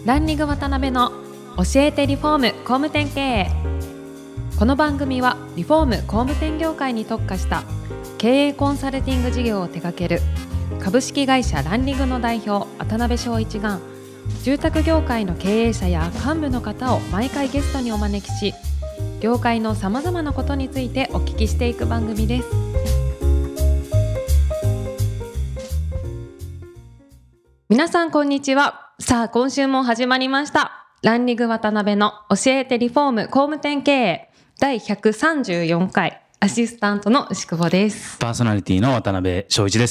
ランニング渡辺の教えてリフォーム工務店経営。この番組はリフォーム工務店業界に特化した経営コンサルティング事業を手掛ける株式会社ランリングの代表渡辺翔一が住宅業界の経営者や幹部の方を毎回ゲストにお招きし、業界のさまざまなことについてお聞きしていく番組です。皆さんこんにちは。さあ今週も始まりました。ランリング渡辺の教えてリフォーム工務店経営第134回、アシスタントの牛久保です。 パーソナリティの渡辺翔一です。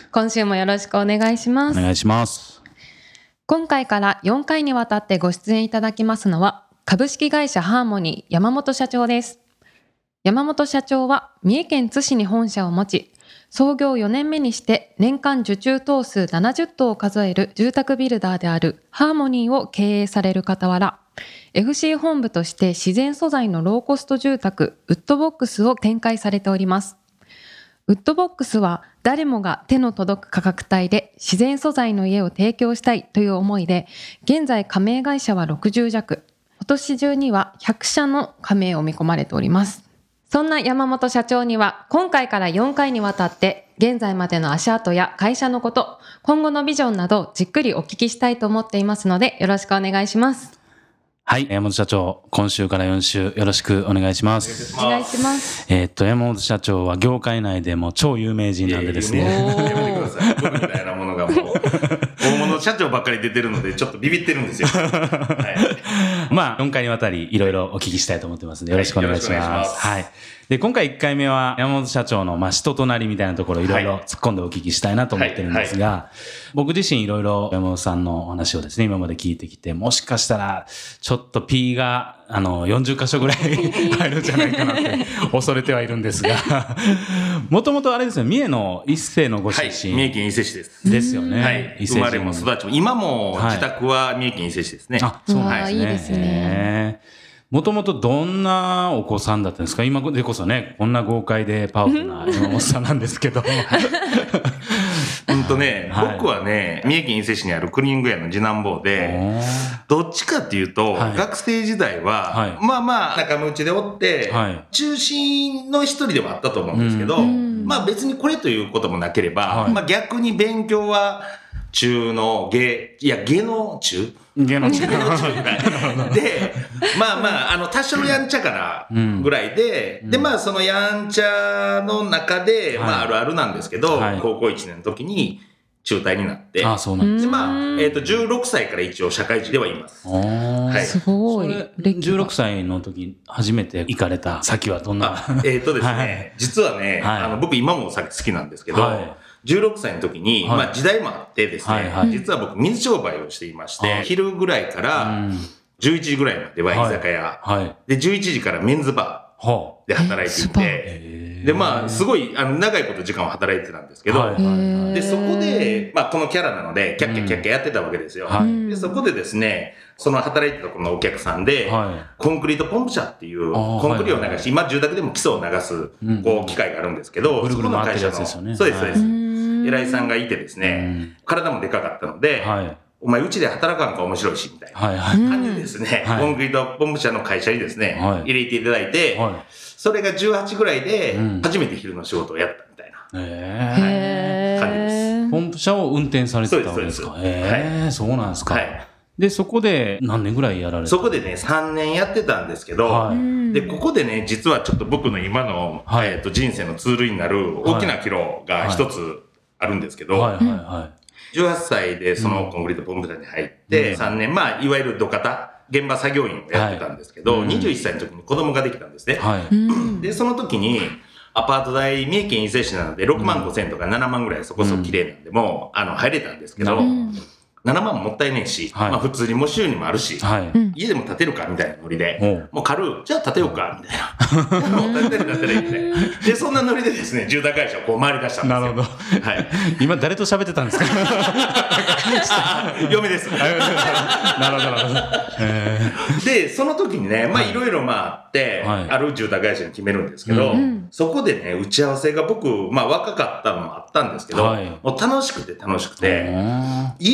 今週もよろしくお願いします。 お願いします。 今回から4回にわたってご出演いただきますのは株式会社ハーモニー山本社長です。山本社長は三重県津市に本社を持ち、創業4年目にして年間受注棟数70棟を数える住宅ビルダーであるハーモニーを経営される傍ら、FC 本部として自然素材のローコスト住宅ウッドボックスを展開されております。ウッドボックスは誰もが手の届く価格帯で自然素材の家を提供したいという思いで、現在加盟会社は60弱、今年中には100社の加盟を見込まれております。そんな山本社長には今回から4回にわたって現在までの足跡や会社のこと、今後のビジョンなどじっくりお聞きしたいと思っていますので、よろしくお願いします。 はい、山本社長、今週から4週よろしくお願いします。 お願いします。 山本社長は業界内でも超有名人なんでですね。 やめてください。僕みたいなものがもう大物社長ばっかり出てるのでちょっとビビってるんですよ。はい、 まあ4回にわたりいろいろお聞きしたいと思ってますのでよろしくお願いします。はい。で今回1回目は山本社長の人となりみたいなところいろいろ突っ込んでお聞きしたいなと思ってるんですが、僕自身いろいろ山本さんのお話をですね今まで聞いてきて、もしかしたらちょっと P が40箇所ぐらい入るんじゃないかなって恐れてはいるんですが、もともとあれですね、三重の伊勢のご出身、 はい、三重県伊勢市です。 ですよね。 はい、生まれも育ちも今も自宅は三重県伊勢市ですね。 あ、そうなんですね。 いいですね。 もともとどんなお子さんだったんですか？今でこそね、こんな豪快でパワフルな山本さんなんですけど。 僕はね、三重県伊勢市にあるクリーニング屋の次男坊で、どっちかっていうと、学生時代は、まあまあ仲間内でおって、中心の一人ではあったと思うんですけど、まあ別にこれということもなければ、まあ逆に勉強は中の下の中ぐらいで、まあまあ、多少やんちゃかなぐらいで、で、まあそのやんちゃの中で、まああるあるなんですけど、高校1年の時に中退になって、 あ、そうなんです。 で、まあ、16歳から一応社会人ではいます。はい。 すごい。 16歳の時初めて行かれた先はどんな？ ですね、実はね、僕今もお酒好きなんですけど、16歳の時に、まあ時代もあってですね、実は僕水商売をしていまして、昼ぐらいから11時ぐらいまでは居酒屋、で11時からメンズバーで働いていて、でまあすごい長いこと時間を働いてたんですけど、でそこでまあこのキャラなのでキャッキャキャッキャやってたわけですよ。でそこでですね、その働いてたこのお客さんで、コンクリートポンプ車っていうコンクリを流し、今住宅でも基礎を流すこう機械があるんですけど、そこの会社のそうですそうです偉いさんがいてですね、体もでかかったので、お前うちで働かんか面白いしみたいな感じでですね、コンクリートポンプ車の会社にですね、入れていただいて、それが18ぐらいで初めて昼の仕事をやったみたいな感じです。 ポンプ車を運転されてたわけですか？そうなんですか。で、そこで何年ぐらいやられた？ そこでね、3年やってたんですけど、で、ここでね、実はちょっと僕の今の、人生のツールになる大きな岐路が一つあるんですけど、18歳でそのコンクリートポンプ車に入って、3年、まあ、いわゆる土方、現場作業員をやってたんですけど、21歳の時に子供ができたんですね。で、その時に、アパート代、三重県伊勢市なので6万5千とか7万ぐらいそこそこ綺麗なんで、もう、入れたんですけど、7万もったいねえし、まあ普通にも収入もあるし、家でも建てるかみたいなノリで、もうじゃあ建てようかみたいな。もう建てるみたいな。で、そんなノリでですね、住宅会社をこう回り出したんですよ。 なるほど。はい。今誰と喋ってたんですか？ 嫁です。なるほど、なるほど。で、その時にね、まあいろいろまああって、ある住宅会社に決めるんですけど、そこでね、打ち合わせが僕、まあ若かったのもあったんですけど、もう楽しくて、家を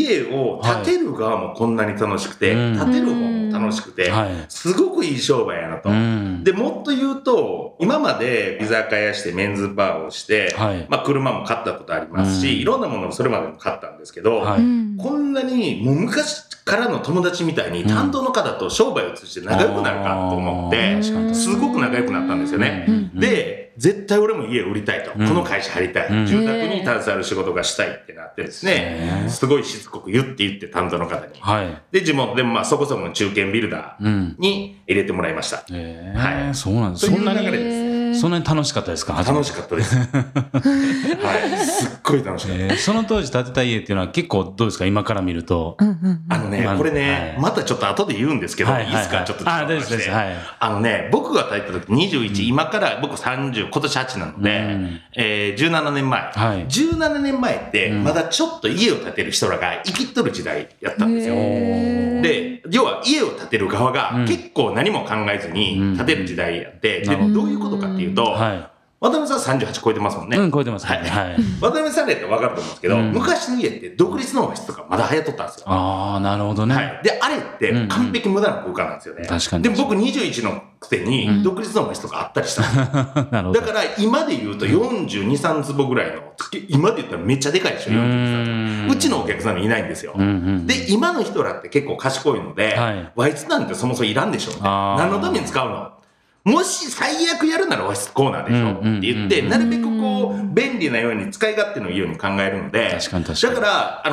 も建てる側もこんなに楽しくて、建てる方も楽しくて、すごくいい商売やなと。で、もっと言うと、今まで居酒屋してメンズバーをして、車も買ったことありますし、いろんなものをそれまでも買ったんですけど、こんなにもう昔からの友達みたいに担当の方と商売を通じて仲良くなるかと思って、すごく仲良くなったんですよね。で、絶対俺も家を売りたいと。この会社入りたい。住宅に携わる仕事がしたいってなってですね、すごいしつこく言って担当の方に。で、地元でもそこそこの中堅ビルダーに入れてもらいました。 そうなんです。そんな流れです。そんなに楽しかったですか？ 楽しかったです。すっごい楽しかった。 その当時建てた家っていうのは結構どうですか？今から見ると。 これね、またちょっと後で言うんですけど、いいですか？ちょっと大丈夫です。 僕が建てた時21、今から僕30、今年8なので、17年前。17年前って、まだちょっと家を建てる人らが生きっとる時代やったんですよ。で、要は家を建てる側が結構何も考えずに建てる時代やって、で、どういうことかっていうと、渡辺さん38超えてますもんね。 超えてます。渡辺さんって分かると思うんですけど、昔の家って独立の和室とかまだ流行っとったんですよ。 なるほどね。 で、あれって完璧無駄な空間なんですよね。 確かに。 でも僕21のくせに独立の和室とかあったりしたんですよ。だから今で言うと42、3坪ぐらいの、今で言ったらめっちゃでかいでしょ、42、3坪。うちのお客さんにいないんですよ。で、今の人らって結構賢いので、和室なんてそもそもいらんでしょ。何のために使うの？もし最悪やるなら和室コーナーでしょって言って、なるべくこう、便利なように使い勝手のいいように考えるので、だから、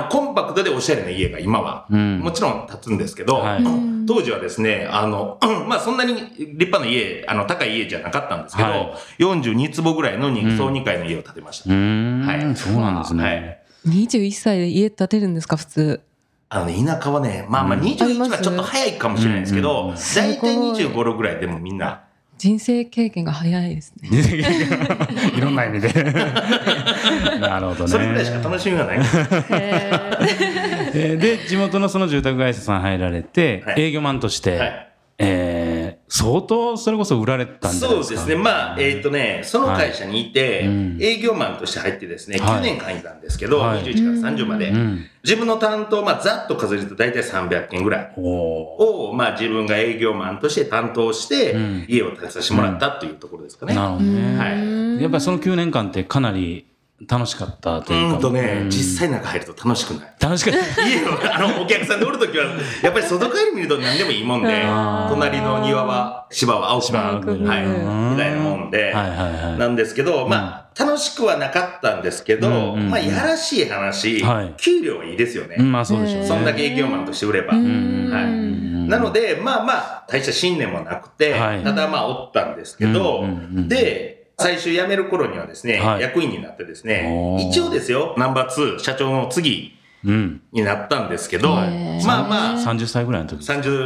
コンパクトでおしゃれな家が今は、もちろん建つんですけど、当時はですね、そんなに立派な家、高い家じゃなかったんですけど、42坪ぐらいの2層2階の家を建てました。 そうなんですね。 21歳で家建てるんですか、普通。 田舎はね、21はちょっと早いかもしれないですけど、だいたい25、6ぐらいでもみんな、 人生経験が早いですね。 いろんな意味で。なるほどね。 それぐらいしか楽しみがない。 で、地元のその住宅会社さん入られて、営業マンとして、相当それこそ売られたんじゃないですか？ そうですね。その会社にいて、営業マンとして入ってですね、9年間いたんですけど、21から30まで。自分の担当、ざっと数えると大体300件ぐらいを、自分が営業マンとして担当して、家を建てさせてもらったというところですかね。 なるほどね。やっぱりその9年間ってかなり楽しかったというか。 実際中入ると楽しくない。 楽しかった。 家を、お客さんでおるときは、やっぱり外帰り見ると何でもいいもんで、隣の庭は、芝は青くなる。みたいなもんで、なんですけど、楽しくはなかったんですけど、やらしい話、給料はいいですよね。 そうでしょうね。 そんだけ営業マンとして売れば。なので、大した信念もなくて、ただおったんですけど、で、最終辞める頃にはですね、役員になってですね、一応ですよ、ナンバー2、社長の次になったんですけど、 30歳ぐらいの時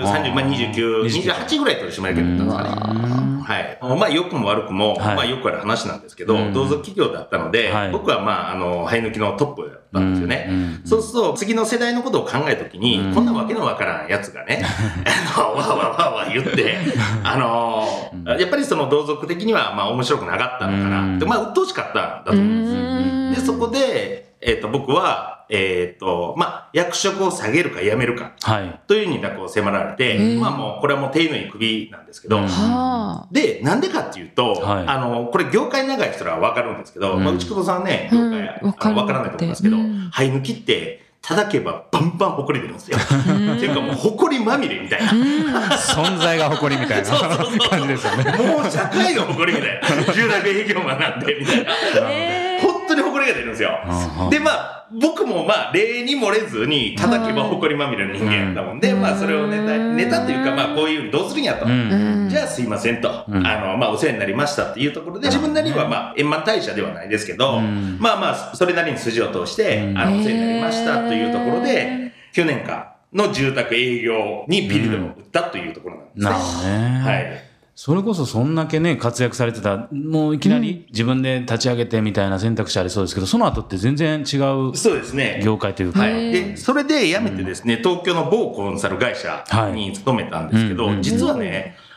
29、28ぐらい取締役になったんですかね。良くも悪くも、よくある話なんですけど、同族企業だったので、僕は生え抜きのトップだったんですよね。そうすると、次の世代のことを考えたときに、こんなわけのわからんやつがね、わ言って、やっぱりその同族的には面白くなかったのかなって、鬱陶しかったんだと思うんです。で、そこで、僕は、役職を下げるか辞めるか、という二択を迫られて、もう、これはもう手のいい首なんですけど、で、なんでかっていうと、これ業界長い人らはわかるんですけど、内久保さんね、業界わからないと思いますけど、生え抜きって、叩けばバンバン埃出るんですよ。っていうかもう埃まみれみたいな。 存在が埃みたいな感じですよね。 もう社会の埃みたいな。10代で営業マンなんで、みたいな。本当に埃が出るんですよ。で、僕も例に漏れずに叩けば埃まみれの人間だもんで、それをネタというか、こういうどうするんやと。じゃあすいませんと。お世話になりましたっていうところで、自分なりには円満退社ではないですけど、それなりに筋を通して、お世話になりましたというところで、9年間の住宅営業にピリドを打ったというところなんですね。 なるほどね。それこそそんだけね、活躍されてた、もういきなり自分で立ち上げてみたいな選択肢ありそうですけど、その後って全然違う業界というか。 で、それで辞めてですね、東京の某コンサル会社に勤めたんですけど、実はね、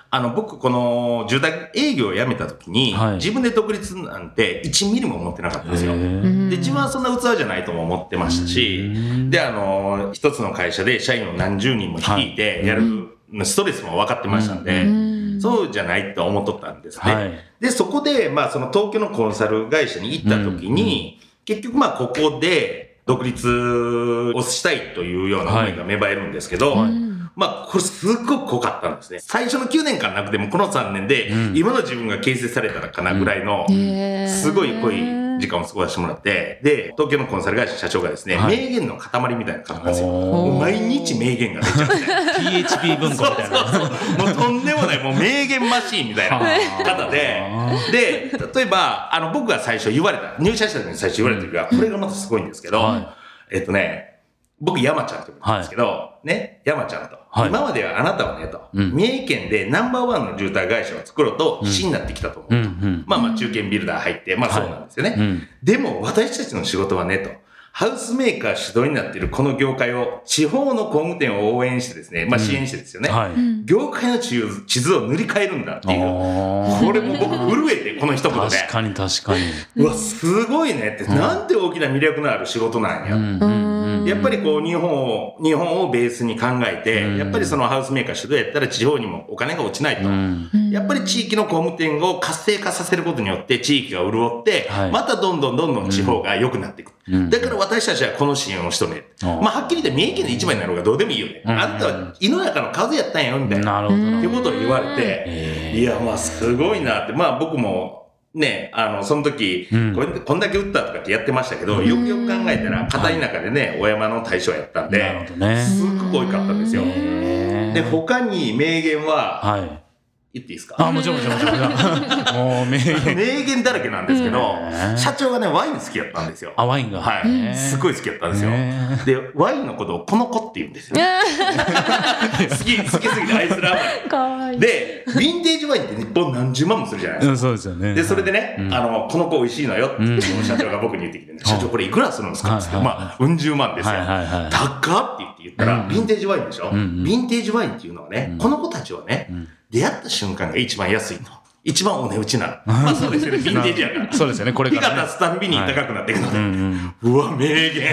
僕この住宅営業を辞めた時に、自分で独立なんて1ミリも思ってなかったんですよ。で、自分はそんな器じゃないとも思ってましたし、で、一つの会社で社員を何十人も率いてやるストレスも分かってましたんで、そうじゃないと思っとったんですね。で、そこで、その東京のコンサル会社に行った時に、結局ここで独立をしたいというような思いが芽生えるんですけど、これすっごく濃かったんですね。最初の9年間なくてもこの3年で今の自分が形成されたらかなぐらいのすごい濃い時間を過ごしてもらって、で、東京のコンサル会社社長がですね、名言の塊みたいな方なんですよ。もう毎日名言が出ちゃって。 PHP 文庫みたいな。 もうとんでもない、もう名言マシーンみたいな方で、で、例えば、僕が最初言われた、入社した時に最初言われた時が、これがまたすごいんですけど、僕山ちゃんって言うんですけど、ね、山ちゃんと。今まではあなたはねと、三重県でナンバーワンの住宅会社を作ろうと必死になってきたと思うと。中堅ビルダー入って、そうなんですよね。でも私たちの仕事はねと、ハウスメーカー主導になっているこの業界を、地方の工務店を応援してですね、支援してですよね。業界の地図を塗り替えるんだっていう。これも僕震えて、この一言で。 確かに確かに。 うわ、すごいねって、なんて大きな魅力のある仕事なんや。やっぱりこう日本をベースに考えて、やっぱりそのハウスメーカー主導やったら地方にもお金が落ちないと。やっぱり地域の工務店を活性化させることによって地域が潤って、またどんどん地方が良くなっていく。だから私たちはこの支援をしとね。はっきり言って三重県で一番になる方がどうでもいいよね。あんたは井の中の数やったんやよ、みたいな。っていうことを言われて、いや、すごいなって。僕も、ね、その時、こんだけ打ったとかってやってましたけど、よくよく考えたら、片田舎でね、お山の大将やったんで、すっごく多かったんですよ。で、他に名言は、言っていいですか？ もちろん。もう名言だらけなんですけど、社長がね、ワイン好きやったんですよ。 ワインが。 すごい好きやったんですよ。で、ワインのことをこの子って言うんですよ。好きすぎて愛するあまり。で、ヴィンテージワインって日本何十万もするじゃないですか。 そうですよね。 で、それでね、この子美味しいのよって社長が僕に言ってきてね、社長これいくらするんですかって言って、うん十万ですよ。高って言ったら、ヴィンテージワインでしょ？ヴィンテージワインっていうのはね、この子たちはね、出会った瞬間が一番安いと。一番お値打ちなの。そうですよね、ヴィンテージやから。 そうですよね、これから、 日が経つたんびに高くなっていくので。うわ、名言。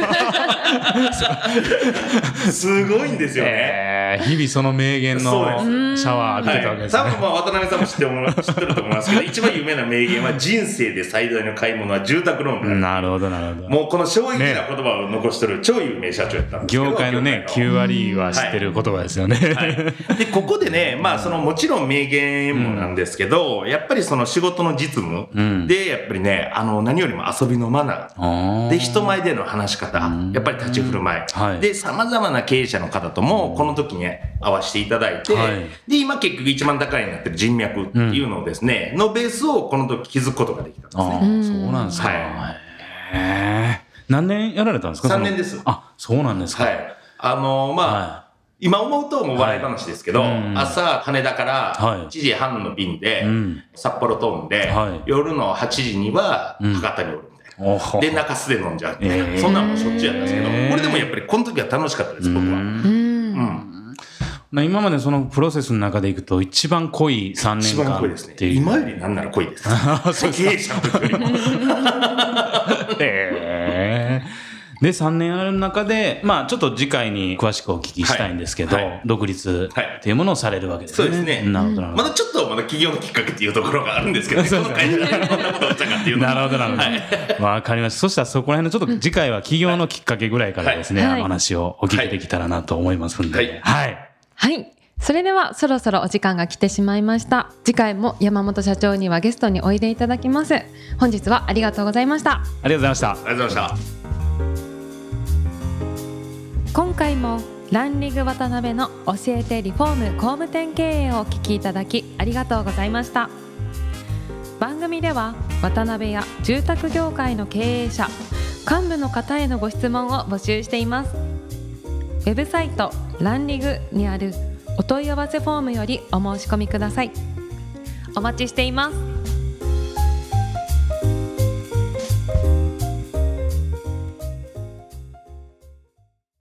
すごいんですよね。 日々その名言のシャワー浴びてたわけですね。 多分渡辺さんも知ってると思いますけど、一番有名な名言は、人生で最大の買い物は住宅ローンだ。 なるほど。 もうこの衝撃な言葉を残してる超有名社長やったんですけど。 業界のね、9割は知ってる言葉ですよね。 で、ここでね、もちろん名言もなんですけど、やっぱりその仕事の実務で、やっぱりね、何よりも遊びのマナー。で、人前での話し方。やっぱり立ち振る舞い。で、様々な経営者の方とも、この時に会わせていただいて、で、今結局一番高いになってる人脈っていうのをですね、のベースをこの時築くことができたんですね。 そうなんですか。何年やられたんですか？ 3 年です。 そうなんですか。 今思うともう笑い話ですけど、朝羽田から1時半の便で札幌飛んで、夜の8時には博多におるみたいな。で、中洲で飲んじゃうみたいな。そんなのもしょっちゅうやったんですけど、これでもやっぱりこの時は楽しかったです、僕は。 今までそのプロセスの中でいくと一番濃い3年間。一番濃いですね。 今よりなんなら濃いです。経営者の時よりも。 で、3年ある中で、ちょっと次回に詳しくお聞きしたいんですけど、独立っていうものをされるわけですね。 そうですね。まだちょっと起業のきっかけっていうところがあるんですけどね。この会社がこんなことをしたかっていうのは。 なるほど。わかりました。そしたらそこら辺のちょっと次回は起業のきっかけぐらいからですね、お話をお聞きできたらなと思いますんで。 はい。それではそろそろお時間が来てしまいました。次回も山本社長にはゲストにおいでいただきます。本日はありがとうございました。 ありがとうございました。 ありがとうございました。 今回もランリング渡辺の教えてリフォーム工務店経営をお聞きいただきありがとうございました。番組では渡辺や住宅業界の経営者、幹部の方へのご質問を募集しています。ウェブサイトランリグにあるお問い合わせフォームよりお申し込みください。お待ちしています。